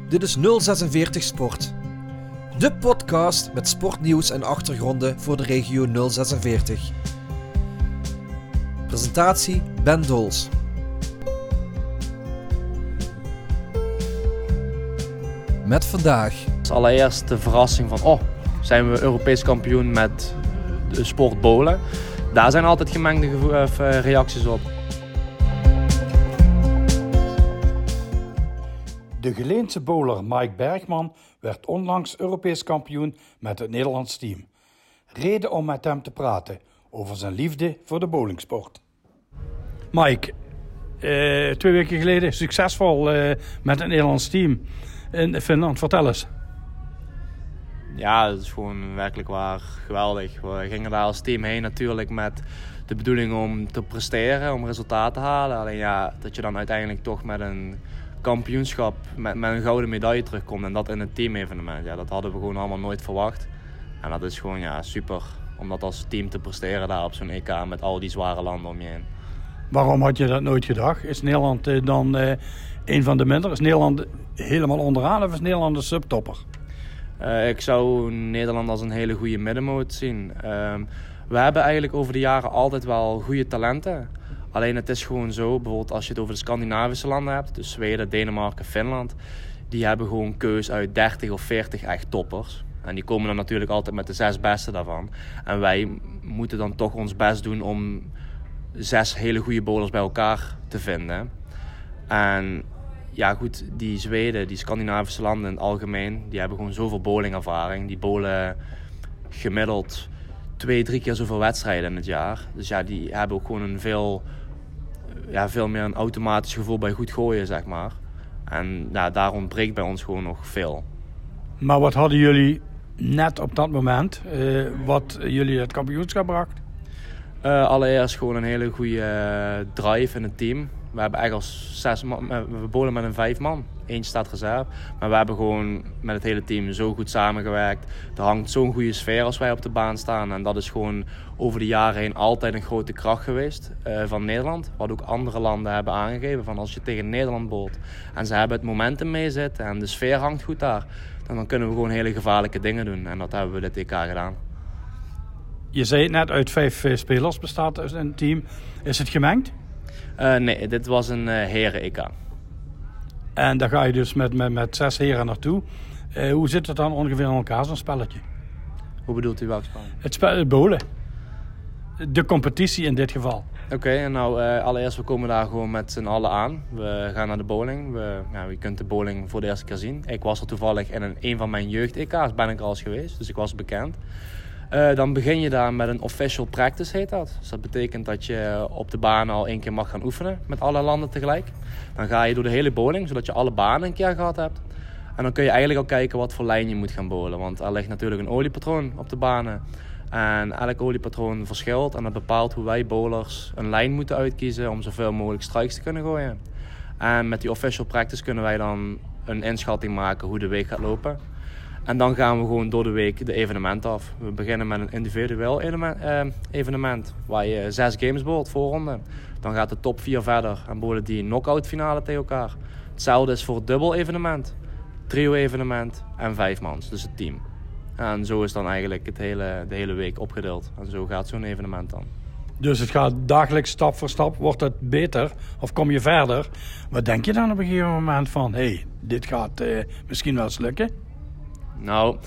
Dit is 046 Sport. De podcast met sportnieuws en achtergronden voor de regio 046. Presentatie Ben Dols. Met vandaag. Als allereerst de verrassing van, zijn we Europees kampioen met de sport bowlen. Daar zijn altijd gemengde reacties op. De Geleense bowler Mike Bergman werd onlangs Europees kampioen met het Nederlands team. Reden om met hem te praten over zijn liefde voor de bowlingsport. Mike, 2 weken geleden succesvol met het Nederlands team in Finland. Vertel eens. Ja, het is gewoon werkelijk waar geweldig. We gingen daar als team heen natuurlijk met de bedoeling om te presteren, om resultaten te halen. Alleen ja, dat je dan uiteindelijk toch met een kampioenschap, met een gouden medaille terugkomt en dat in een teamevenement. Ja, dat hadden we gewoon allemaal nooit verwacht. En dat is gewoon super om dat als team te presteren daar op zo'n EK met al die zware landen om je heen. Waarom had je dat nooit gedacht? Is Nederland dan een van de minder? Is Nederland helemaal onderaan of is Nederland een subtopper? Ik zou Nederland als een hele goede middenmoot zien. We hebben eigenlijk over de jaren altijd wel goede talenten. Alleen het is gewoon zo, bijvoorbeeld als je het over de Scandinavische landen hebt, dus Zweden, Denemarken, Finland, die hebben gewoon keus uit 30 of 40 echt toppers. En die komen dan natuurlijk altijd met de 6 beste daarvan. En wij moeten dan toch ons best doen om 6 hele goede bowlers bij elkaar te vinden. En ja goed, die Zweden, die Scandinavische landen in het algemeen, die hebben gewoon zoveel bowlingervaring. Die bowlen gemiddeld 2-3 keer zoveel wedstrijden in het jaar. Dus ja, die hebben ook gewoon een veel meer een automatisch gevoel bij goed gooien, zeg maar. En ja, daar ontbreekt bij ons gewoon nog veel. Maar wat hadden jullie net op dat moment, wat jullie het kampioenschap bracht? Allereerst gewoon een hele goede drive in het team. We hebben eigenlijk als 6 man, we bowlen met een 5 man. Eentje staat reserve. Maar we hebben gewoon met het hele team zo goed samengewerkt. Er hangt zo'n goede sfeer als wij op de baan staan. En dat is gewoon over de jaren heen altijd een grote kracht geweest van Nederland. Wat ook andere landen hebben aangegeven. Van als je tegen Nederland bowlt en ze hebben het momentum meezitten en de sfeer hangt goed daar. Dan kunnen we gewoon hele gevaarlijke dingen doen. En dat hebben we dit EK gedaan. Je zei het net, uit 5 spelers bestaat dus een team. Is het gemengd? Nee, dit was een heren-EK. En daar ga je dus met 6 heren naartoe. Hoe zit het dan ongeveer in elkaar, zo'n spelletje? Hoe bedoelt u welk spel? Het bowlen. De competitie in dit geval. Oké, en nou allereerst we komen daar gewoon met z'n allen aan. We gaan naar de bowling. Je kunt de bowling voor de eerste keer zien. Ik was er toevallig in een van mijn jeugd-EK's ben ik er al eens geweest. Dus ik was bekend. Dan begin je daar met een official practice, heet dat. Dus dat betekent dat je op de baan al 1 keer mag gaan oefenen met alle landen tegelijk. Dan ga je door de hele bowling, zodat je alle banen een keer gehad hebt. En dan kun je eigenlijk al kijken wat voor lijn je moet gaan bowlen. Want er ligt natuurlijk een oliepatroon op de banen. En elk oliepatroon verschilt en dat bepaalt hoe wij bowlers een lijn moeten uitkiezen om zoveel mogelijk strikes te kunnen gooien. En met die official practice kunnen wij dan een inschatting maken hoe de week gaat lopen. En dan gaan we gewoon door de week de evenementen af. We beginnen met een individueel evenement waar je 6 games bowlt, voorronde. Dan gaat de top 4 verder en bowlen die knock-out finale tegen elkaar. Hetzelfde is voor het dubbel evenement, trio evenement en 5 mans, dus het team. En zo is dan eigenlijk de hele week opgedeeld. En zo gaat zo'n evenement dan. Dus het gaat dagelijks stap voor stap, wordt het beter of kom je verder. Wat denk je dan op een gegeven moment van, dit gaat misschien wel eens lukken? Nou,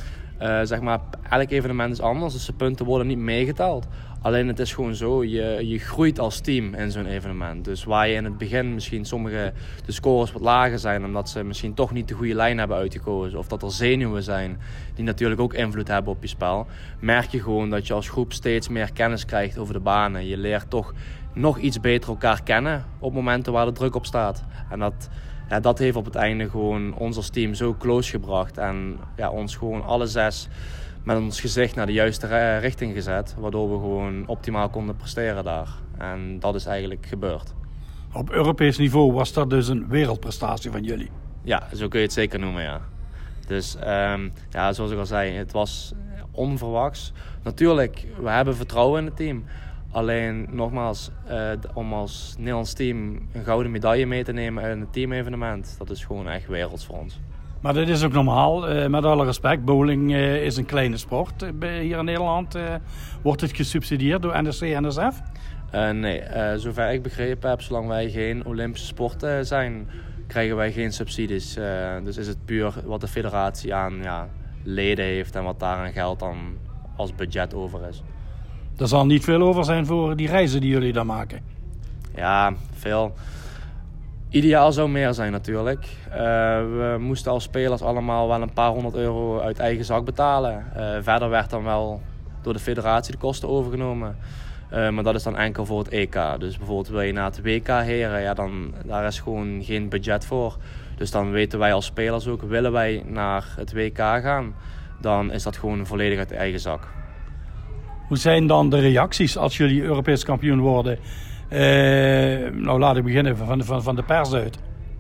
elk evenement is anders, dus de punten worden niet meegeteld. Alleen het is gewoon zo, je groeit als team in zo'n evenement. Dus waar je in het begin misschien sommige de scores wat lager zijn, omdat ze misschien toch niet de goede lijn hebben uitgekozen. Of dat er zenuwen zijn, die natuurlijk ook invloed hebben op je spel. Merk je gewoon dat je als groep steeds meer kennis krijgt over de banen. Je leert toch nog iets beter elkaar kennen op momenten waar de druk op staat. En dat heeft op het einde gewoon ons als team zo close gebracht. En ons gewoon alle 6 met ons gezicht naar de juiste richting gezet. Waardoor we gewoon optimaal konden presteren daar. En dat is eigenlijk gebeurd. Op Europees niveau was dat dus een wereldprestatie van jullie? Ja, zo kun je het zeker noemen, ja. Dus zoals ik al zei, het was onverwachts. Natuurlijk, we hebben vertrouwen in het team. Alleen nogmaals, om als Nederlands team een gouden medaille mee te nemen in een teamevenement, dat is gewoon echt werelds voor ons. Maar dat is ook normaal, met alle respect. Bowling is een kleine sport hier in Nederland. Wordt het gesubsidieerd door NSC en NSF? Nee, zover ik begrepen heb, zolang wij geen Olympische sport zijn, krijgen wij geen subsidies. Dus is het puur wat de federatie aan leden heeft en wat daar aan geld dan als budget over is. Er zal niet veel over zijn voor die reizen die jullie dan maken. Ja, veel. Ideaal zou meer zijn natuurlijk. We moesten als spelers allemaal wel een paar €100 uit eigen zak betalen. Verder werd dan wel door de federatie de kosten overgenomen. Maar dat is dan enkel voor het EK. Dus bijvoorbeeld wil je naar het WK heren, dan daar is gewoon geen budget voor. Dus dan weten wij als spelers ook, willen wij naar het WK gaan, dan is dat gewoon volledig uit de eigen zak. Hoe zijn dan de reacties als jullie Europees kampioen worden? Laat ik beginnen van de pers uit.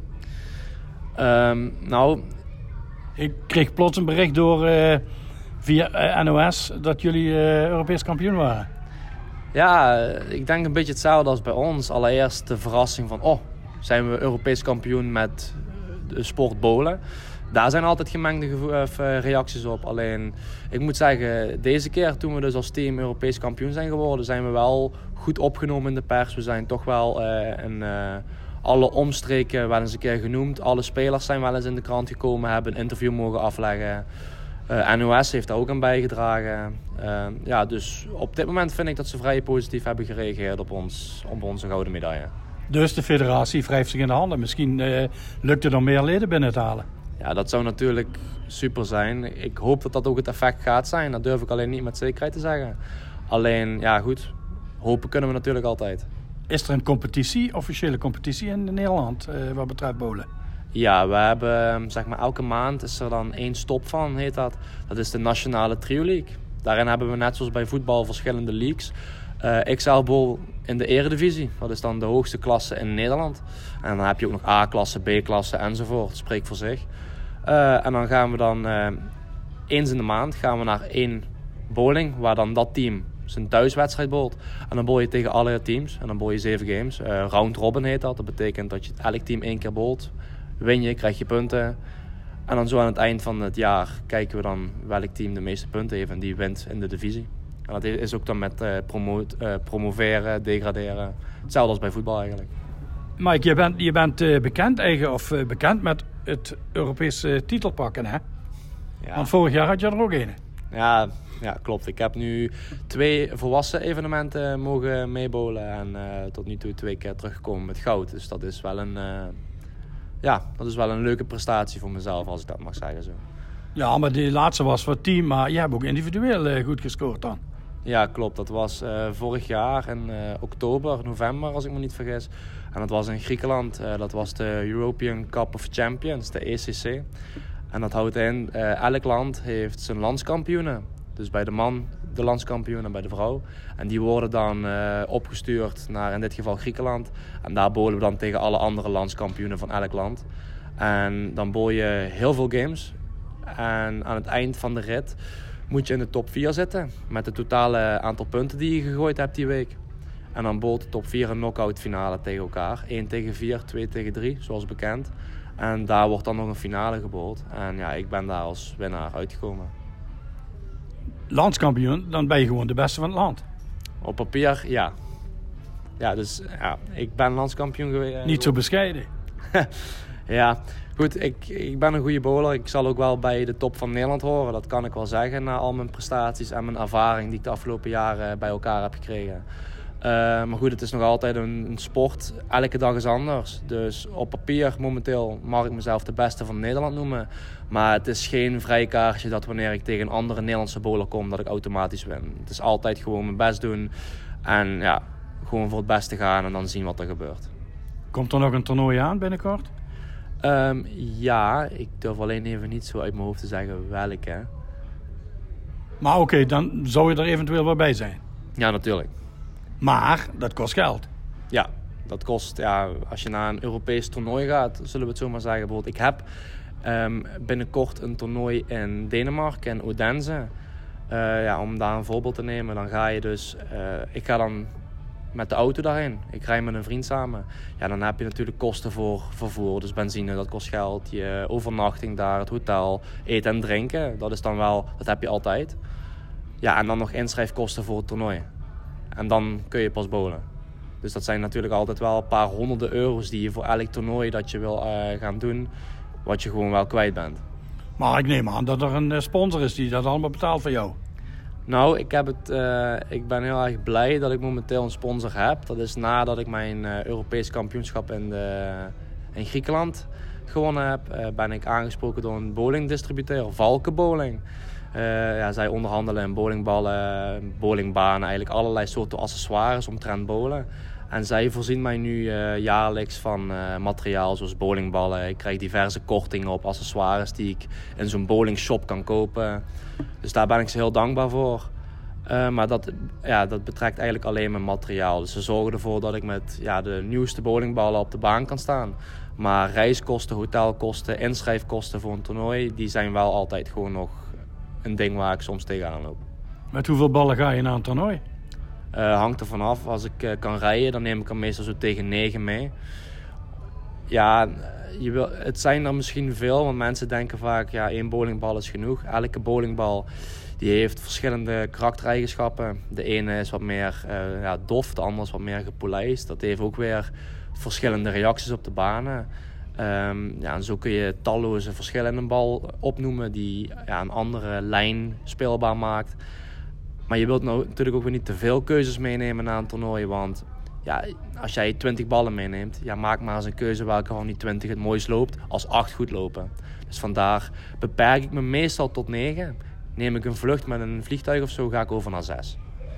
Ik kreeg plots een bericht door via NOS dat jullie Europees kampioen waren. Ja, ik denk een beetje hetzelfde als bij ons. Allereerst de verrassing van, zijn we Europees kampioen met de sport bowlen. Daar zijn altijd gemengde reacties op. Alleen, ik moet zeggen, deze keer toen we dus als team Europees kampioen zijn geworden, zijn we wel goed opgenomen in de pers. We zijn toch wel in alle omstreken wel eens een keer genoemd. Alle spelers zijn wel eens in de krant gekomen, hebben een interview mogen afleggen. NOS heeft daar ook aan bijgedragen. Dus op dit moment vind ik dat ze vrij positief hebben gereageerd op onze gouden medaille. Dus de federatie wrijft zich in de handen. Misschien lukt het om meer leden binnen te halen. Ja, dat zou natuurlijk super zijn. Ik hoop dat dat ook het effect gaat zijn. Dat durf ik alleen niet met zekerheid te zeggen. Alleen, goed, hopen kunnen we natuurlijk altijd. Is er een competitie, officiële competitie in Nederland wat betreft bowlen? Ja, we hebben elke maand is er dan 1 stop van, heet dat. Dat is de Nationale Trio League. Daarin hebben we net zoals bij voetbal verschillende leagues. Ik zelf bowl in de eredivisie. Dat is dan de hoogste klasse in Nederland. En dan heb je ook nog A-klasse, B-klasse enzovoort. Spreekt voor zich. En dan gaan we dan eens in de maand gaan we naar 1 bowling, waar dan dat team zijn thuiswedstrijd bowlt. En dan bowl je tegen alle teams. En dan bowl je 7 games. Round robin heet dat. Dat betekent dat je elk team 1 keer bowlt. Win je, krijg je punten. En dan zo aan het eind van het jaar kijken we dan welk team de meeste punten heeft. En die wint in de divisie. En dat is ook dan met promoveren, degraderen. Hetzelfde als bij voetbal eigenlijk. Mike, je bent bekend met het Europese titelpakken, hè? Ja. Want vorig jaar had je er ook een. Ja, klopt. Ik heb nu 2 volwassen evenementen mogen meebowlen. En tot nu toe 2 keer teruggekomen met goud. Dus dat is wel een leuke prestatie voor mezelf, als ik dat mag zeggen zo. Ja, maar die laatste was voor het team, maar je hebt ook individueel goed gescoord dan. Ja, klopt. Dat was vorig jaar in oktober, november, als ik me niet vergis. En dat was in Griekenland. Dat was de European Cup of Champions, de ECC. En dat houdt in, elk land heeft zijn landskampioenen. Dus bij de man de landskampioen en bij de vrouw. En die worden dan opgestuurd naar in dit geval Griekenland. En daar bowlen we dan tegen alle andere landskampioenen van elk land. En dan bowl je heel veel games. En aan het eind van de rit moet je in de top 4 zitten. Met het totale aantal punten die je gegooid hebt die week. En dan bowlt de top 4 een knock-out finale tegen elkaar. 1 tegen 4, 2 tegen 3, zoals bekend. En daar wordt dan nog een finale gebowld. En ik ben daar als winnaar uitgekomen. Landskampioen, dan ben je gewoon de beste van het land. Op papier, ja. Ja, dus ik ben landskampioen geweest. Niet zo bescheiden. Ja, goed, ik ben een goede bowler. Ik zal ook wel bij de top van Nederland horen. Dat kan ik wel zeggen, na al mijn prestaties en mijn ervaring die ik de afgelopen jaren bij elkaar heb gekregen. Maar goed, het is nog altijd een sport. Elke dag is anders. Dus op papier momenteel mag ik mezelf de beste van Nederland noemen. Maar het is geen vrijkaartje dat wanneer ik tegen een andere Nederlandse bowler kom, dat ik automatisch win. Het is altijd gewoon mijn best doen. En gewoon voor het beste gaan en dan zien wat er gebeurt. Komt er nog een toernooi aan binnenkort? Ja, ik durf alleen even niet zo uit mijn hoofd te zeggen welke. Maar oké, dan zou je er eventueel wel bij zijn. Ja, natuurlijk. Maar dat kost geld. Ja, dat kost, als je naar een Europees toernooi gaat, zullen we het zo maar zeggen. Bijvoorbeeld, ik heb binnenkort een toernooi in Denemarken, in Odense. Om daar een voorbeeld te nemen, dan ga je dus... ik ga dan met de auto daarheen. Ik rijd met een vriend samen. Ja, dan heb je natuurlijk kosten voor vervoer. Dus benzine, dat kost geld. Je overnachting daar, het hotel, eten en drinken. Dat is dan wel, dat heb je altijd. Ja, en dan nog inschrijfkosten voor het toernooi. En dan kun je pas bowlen. Dus dat zijn natuurlijk altijd wel een paar honderden euro's die je voor elk toernooi dat je wil gaan doen, wat je gewoon wel kwijt bent. Maar ik neem aan dat er een sponsor is die dat allemaal betaalt voor jou. Nou, ik ben heel erg blij dat ik momenteel een sponsor heb. Dat is nadat ik mijn Europees kampioenschap in Griekenland gewonnen heb, ben ik aangesproken door een bowlingdistributeur, Valken Bowling. Zij onderhandelen in bowlingballen, bowlingbanen, eigenlijk allerlei soorten accessoires omtrent bowlen. En zij voorzien mij nu jaarlijks van materiaal zoals bowlingballen. Ik krijg diverse kortingen op accessoires die ik in zo'n bowlingshop kan kopen. Dus daar ben ik ze heel dankbaar voor. Maar dat betrekt eigenlijk alleen mijn materiaal. Dus ze zorgen ervoor dat ik met de nieuwste bowlingballen op de baan kan staan. Maar reiskosten, hotelkosten, inschrijfkosten voor een toernooi, die zijn wel altijd gewoon nog een ding waar ik soms tegenaan loop. Met hoeveel ballen ga je naar een toernooi? Hangt er vanaf. Als ik kan rijden, dan neem ik er meestal zo tegen 9 mee. Ja, het zijn er misschien veel, want mensen denken vaak, 1 bowlingbal is genoeg. Elke bowlingbal die heeft verschillende karaktereigenschappen. De ene is wat meer dof, de andere is wat meer gepolijst. Dat heeft ook weer verschillende reacties op de banen. En zo kun je talloze verschillen in een bal opnoemen die een andere lijn speelbaar maakt. Maar je wilt nou natuurlijk ook weer niet te veel keuzes meenemen na een toernooi. Want als jij 20 ballen meeneemt, maak maar eens een keuze welke van die 20 het mooist loopt als 8 goed lopen. Dus vandaar beperk ik me meestal tot 9. Neem ik een vlucht met een vliegtuig of zo, ga ik over naar 6.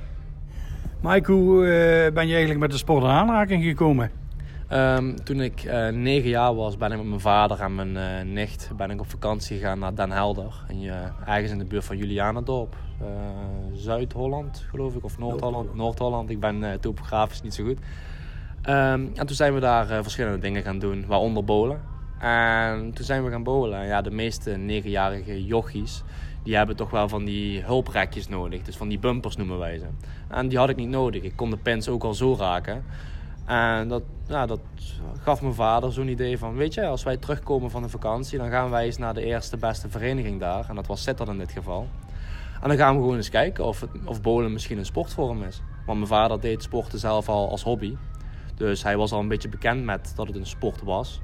Mike, hoe ben je eigenlijk met de sport in aanraking gekomen? Toen ik 9 jaar was, ben ik met mijn vader en mijn nicht op vakantie gegaan naar Den Helder. Ergens in de buurt van Julianendorp. Zuid-Holland, geloof ik, of Noord-Holland. Noord-Holland, ik ben topografisch niet zo goed. En toen zijn we daar verschillende dingen gaan doen, waaronder bowlen. En toen zijn we gaan bowlen. Ja, de meeste 9-jarige jochies, die hebben toch wel van die hulprekjes nodig. Dus van die bumpers noemen wij ze. En die had ik niet nodig. Ik kon de pins ook al zo raken. En dat gaf mijn vader zo'n idee van, weet je, als wij terugkomen van de vakantie, dan gaan wij eens naar de eerste beste vereniging daar. En dat was Sittard in dit geval. En dan gaan we gewoon eens kijken of bowlen misschien een sportvorm is. Want mijn vader deed sporten zelf al als hobby. Dus hij was al een beetje bekend met dat het een sport was.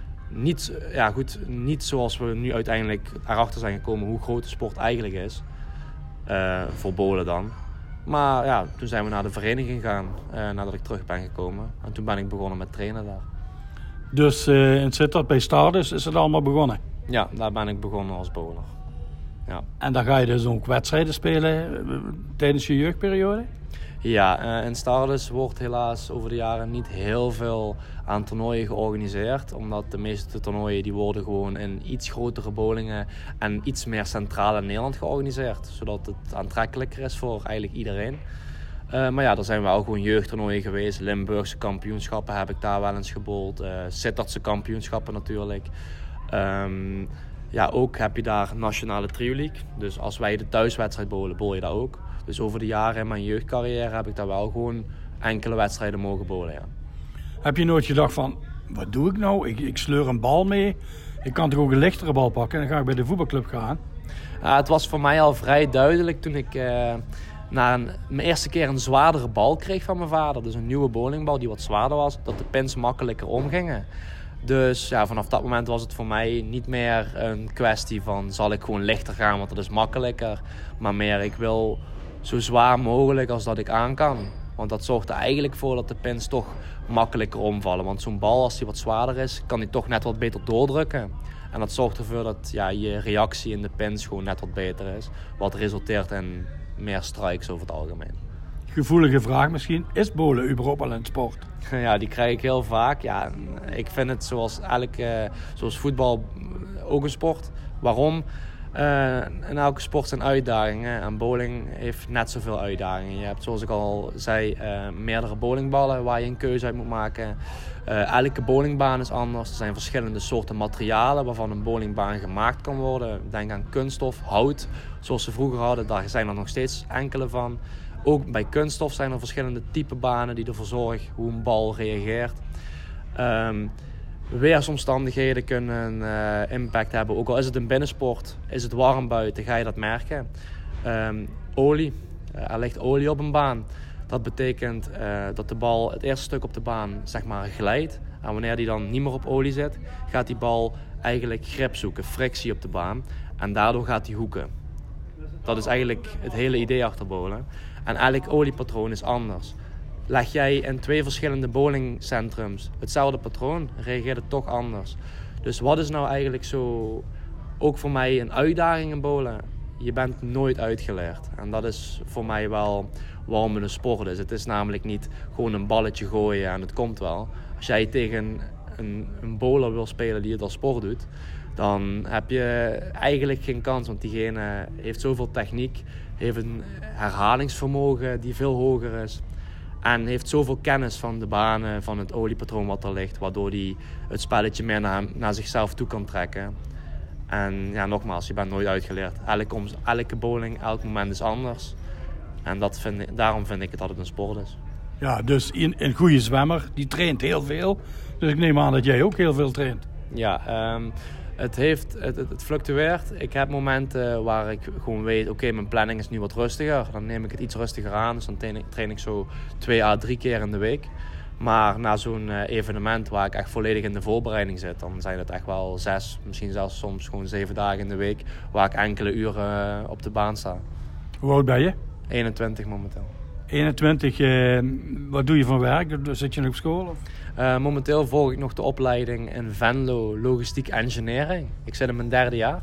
Niet zoals we nu uiteindelijk erachter zijn gekomen hoe groot de sport eigenlijk is. Voor bowlen dan. Maar toen zijn we naar de vereniging gegaan nadat ik terug ben gekomen. En toen ben ik begonnen met trainen daar. Dus in Sittard bij Stardust is het allemaal begonnen? Ja, daar ben ik begonnen als bowler. Ja. En dan ga je dus ook wedstrijden spelen tijdens je jeugdperiode? Ja, in Stardust wordt helaas over de jaren niet heel veel aan toernooien georganiseerd. Omdat de meeste toernooien die worden gewoon in iets grotere bowlingen en iets meer centraal in Nederland georganiseerd. Zodat het aantrekkelijker is voor eigenlijk iedereen. Maar er zijn wel gewoon jeugdtoernooien geweest. Limburgse kampioenschappen heb ik daar wel eens gebowld. Sittardse kampioenschappen natuurlijk. Ook heb je daar nationale Trio League. Dus als wij de thuiswedstrijd bowlen, bowl je dat ook. Dus over de jaren in mijn jeugdcarrière heb ik daar wel gewoon enkele wedstrijden mogen bowlen, ja. Heb je nooit gedacht van, wat doe ik nou? Ik sleur een bal mee. Ik kan toch ook een lichtere bal pakken en dan ga ik bij de voetbalclub gaan? Het was voor mij al vrij duidelijk toen ik mijn eerste keer een zwaardere bal kreeg van mijn vader. Dus een nieuwe bowlingbal die wat zwaarder was, dat de pins makkelijker omgingen. Dus vanaf dat moment was het voor mij niet meer een kwestie van zal ik gewoon lichter gaan, want dat is makkelijker. Maar meer ik wil zo zwaar mogelijk als dat ik aan kan. Want dat zorgt er eigenlijk voor dat de pins toch makkelijker omvallen. Want zo'n bal, als die wat zwaarder is, kan die toch net wat beter doordrukken. En dat zorgt ervoor dat je reactie in de pins gewoon net wat beter is. Wat resulteert in meer strikes over het algemeen. Gevoelige vraag misschien, is bowlen überhaupt al een sport? Ja, die krijg ik heel vaak. Ja, ik vind het zoals voetbal ook een sport. Waarom? In elke sport zijn uitdagingen en bowling heeft net zoveel uitdagingen. Je hebt, zoals ik al zei, meerdere bowlingballen waar je een keuze uit moet maken. Elke bowlingbaan is anders. Er zijn verschillende soorten materialen waarvan een bowlingbaan gemaakt kan worden. Denk aan kunststof, hout, zoals ze vroeger hadden. Daar zijn er nog steeds enkele van. Ook bij kunststof zijn er verschillende type banen die ervoor zorgen hoe een bal reageert. Weersomstandigheden kunnen impact hebben. Ook al is het een binnensport, is het warm buiten, ga je dat merken. Olie, er ligt olie op een baan. Dat betekent dat de bal het eerste stuk op de baan zeg maar glijdt. En wanneer die dan niet meer op olie zit, gaat die bal eigenlijk grip zoeken, frictie op de baan. En daardoor gaat die hoeken. Dat is eigenlijk het hele idee achter bowlen. En elk oliepatroon is anders. Leg jij in 2 verschillende bowlingcentrums hetzelfde patroon, reageert het toch anders. Dus wat is nou eigenlijk zo, ook voor mij een uitdaging in bowlen? Je bent nooit uitgeleerd. En dat is voor mij wel waarom het een sport is. Het is namelijk niet gewoon een balletje gooien en het komt wel. Als jij tegen een bowler wil spelen die het als sport doet, dan heb je eigenlijk geen kans. Want diegene heeft zoveel techniek, heeft een herhalingsvermogen die veel hoger is. En heeft zoveel kennis van de banen, van het oliepatroon wat er ligt, waardoor hij het spelletje meer naar zichzelf toe kan trekken. En ja, nogmaals, je bent nooit uitgeleerd. Elke bowling, elk moment is anders. En daarom vind ik het dat het een sport is. Ja, dus een goede zwemmer, die traint heel veel. Dus ik neem aan dat jij ook heel veel traint. Ja, het fluctueert. Ik heb momenten waar ik gewoon weet, oké, mijn planning is nu wat rustiger. Dan neem ik het iets rustiger aan. Dus dan train ik zo 2 à 3 keer in de week. Maar na zo'n evenement waar ik echt volledig in de voorbereiding zit, dan zijn het echt wel 6, misschien zelfs soms gewoon 7 dagen in de week, waar ik enkele uren op de baan sta. Hoe oud ben je? 21 momenteel. 21, wat doe je van werk? Zit je nog op school? Of? Momenteel volg ik nog de opleiding in Venlo Logistiek Engineering. Ik zit in mijn 3e jaar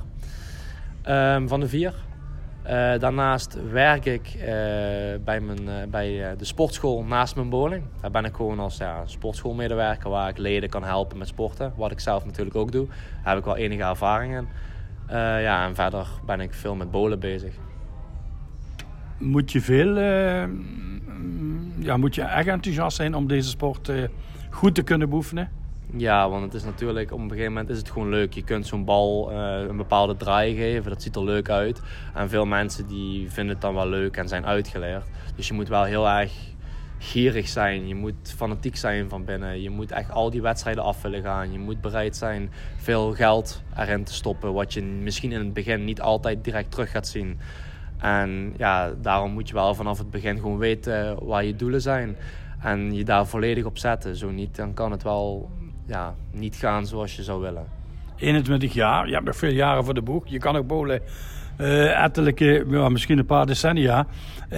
van de 4. Daarnaast werk ik bij de sportschool naast mijn bowling. Daar ben ik gewoon als sportschoolmedewerker waar ik leden kan helpen met sporten. Wat ik zelf natuurlijk ook doe. Daar heb ik wel enige ervaring in. En verder ben ik veel met bowlen bezig. Moet je moet je echt enthousiast zijn om deze sport goed te kunnen beoefenen? Ja, want het is natuurlijk, op een gegeven moment is het gewoon leuk. Je kunt zo'n bal een bepaalde draai geven, dat ziet er leuk uit. En veel mensen die vinden het dan wel leuk en zijn uitgeleerd. Dus je moet wel heel erg gierig zijn. Je moet fanatiek zijn van binnen. Je moet echt al die wedstrijden af willen gaan. Je moet bereid zijn veel geld erin te stoppen, wat je misschien in het begin niet altijd direct terug gaat zien. En ja, daarom moet je wel vanaf het begin gewoon weten waar je doelen zijn. En je daar volledig op zetten. Zo niet, dan kan het wel niet gaan zoals je zou willen. 21 jaar, je hebt nog veel jaren voor de boeg. Je kan ook bowlen ettelijke, misschien een paar decennia.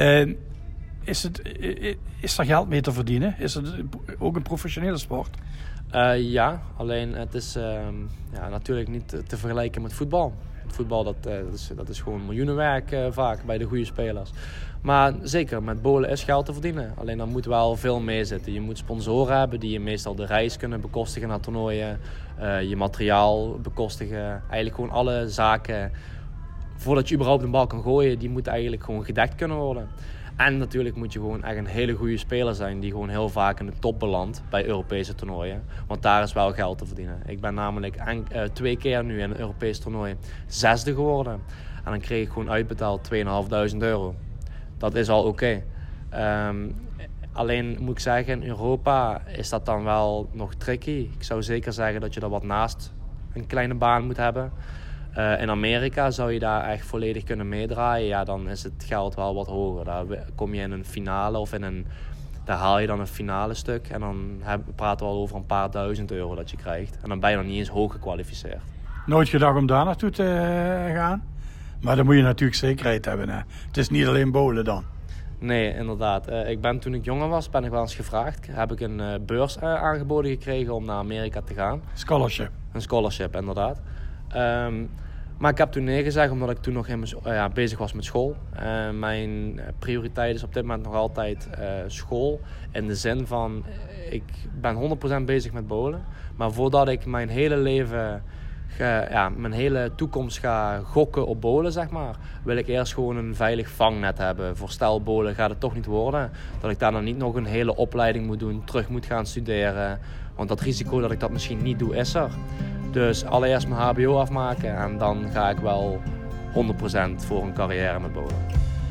Is er geld mee te verdienen? Is het ook een professionele sport? Ja, alleen het is natuurlijk niet te vergelijken met voetbal. Voetbal dat is gewoon miljoenenwerk vaak bij de goede spelers. Maar zeker, met bowlen is geld te verdienen. Alleen dan moet wel veel mee zitten. Je moet sponsoren hebben die je meestal de reis kunnen bekostigen naar toernooien. Je materiaal bekostigen. Eigenlijk gewoon alle zaken, voordat je überhaupt een bal kan gooien, die moeten eigenlijk gewoon gedekt kunnen worden. En natuurlijk moet je gewoon echt een hele goede speler zijn die gewoon heel vaak in de top belandt bij Europese toernooien. Want daar is wel geld te verdienen. Ik ben namelijk 2 keer nu in een Europees toernooi 6e geworden. En dan kreeg ik gewoon uitbetaald €2.500. Dat is al oké. Alleen moet ik zeggen, in Europa is dat dan wel nog tricky. Ik zou zeker zeggen dat je er wat naast een kleine baan moet hebben. In Amerika zou je daar echt volledig kunnen meedraaien. Ja, dan is het geld wel wat hoger. Daar kom je in een finale of daar haal je dan een finale stuk. En dan praten we al over een paar €1000 dat je krijgt. En dan ben je nog niet eens hoog gekwalificeerd. Nooit gedacht om daar naartoe te gaan? Maar dan moet je natuurlijk zekerheid hebben. Hè? Het is niet alleen bowlen dan. Nee, inderdaad. Toen ik jonger was, ben ik wel eens gevraagd. Heb ik een beurs aangeboden gekregen om naar Amerika te gaan. Scholarship. Een scholarship, inderdaad. Maar ik heb toen nee gezegd, omdat ik toen nog bezig was met school. Mijn prioriteit is op dit moment nog altijd school. In de zin van, ik ben 100% bezig met bowlen. Maar voordat ik mijn hele leven, mijn hele toekomst ga gokken op bowlen, zeg maar, wil ik eerst gewoon een veilig vangnet hebben. Voor stel bowlen gaat het toch niet worden. Dat ik daar dan niet nog een hele opleiding moet doen, terug moet gaan studeren. Want dat risico dat ik dat misschien niet doe, is er. Dus allereerst mijn HBO afmaken en dan ga ik wel 100% voor een carrière met bowlen.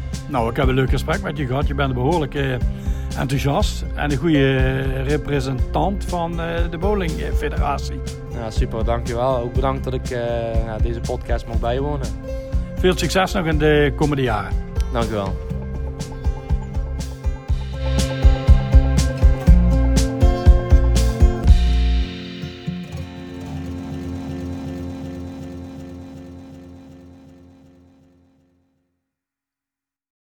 Nou, ik heb een leuk gesprek met je gehad. Je bent behoorlijk enthousiast en een goede representant van de bowlingfederatie. Ja, super, dankjewel. Ook bedankt dat ik deze podcast mag bijwonen. Veel succes nog in de komende jaren. Dankjewel.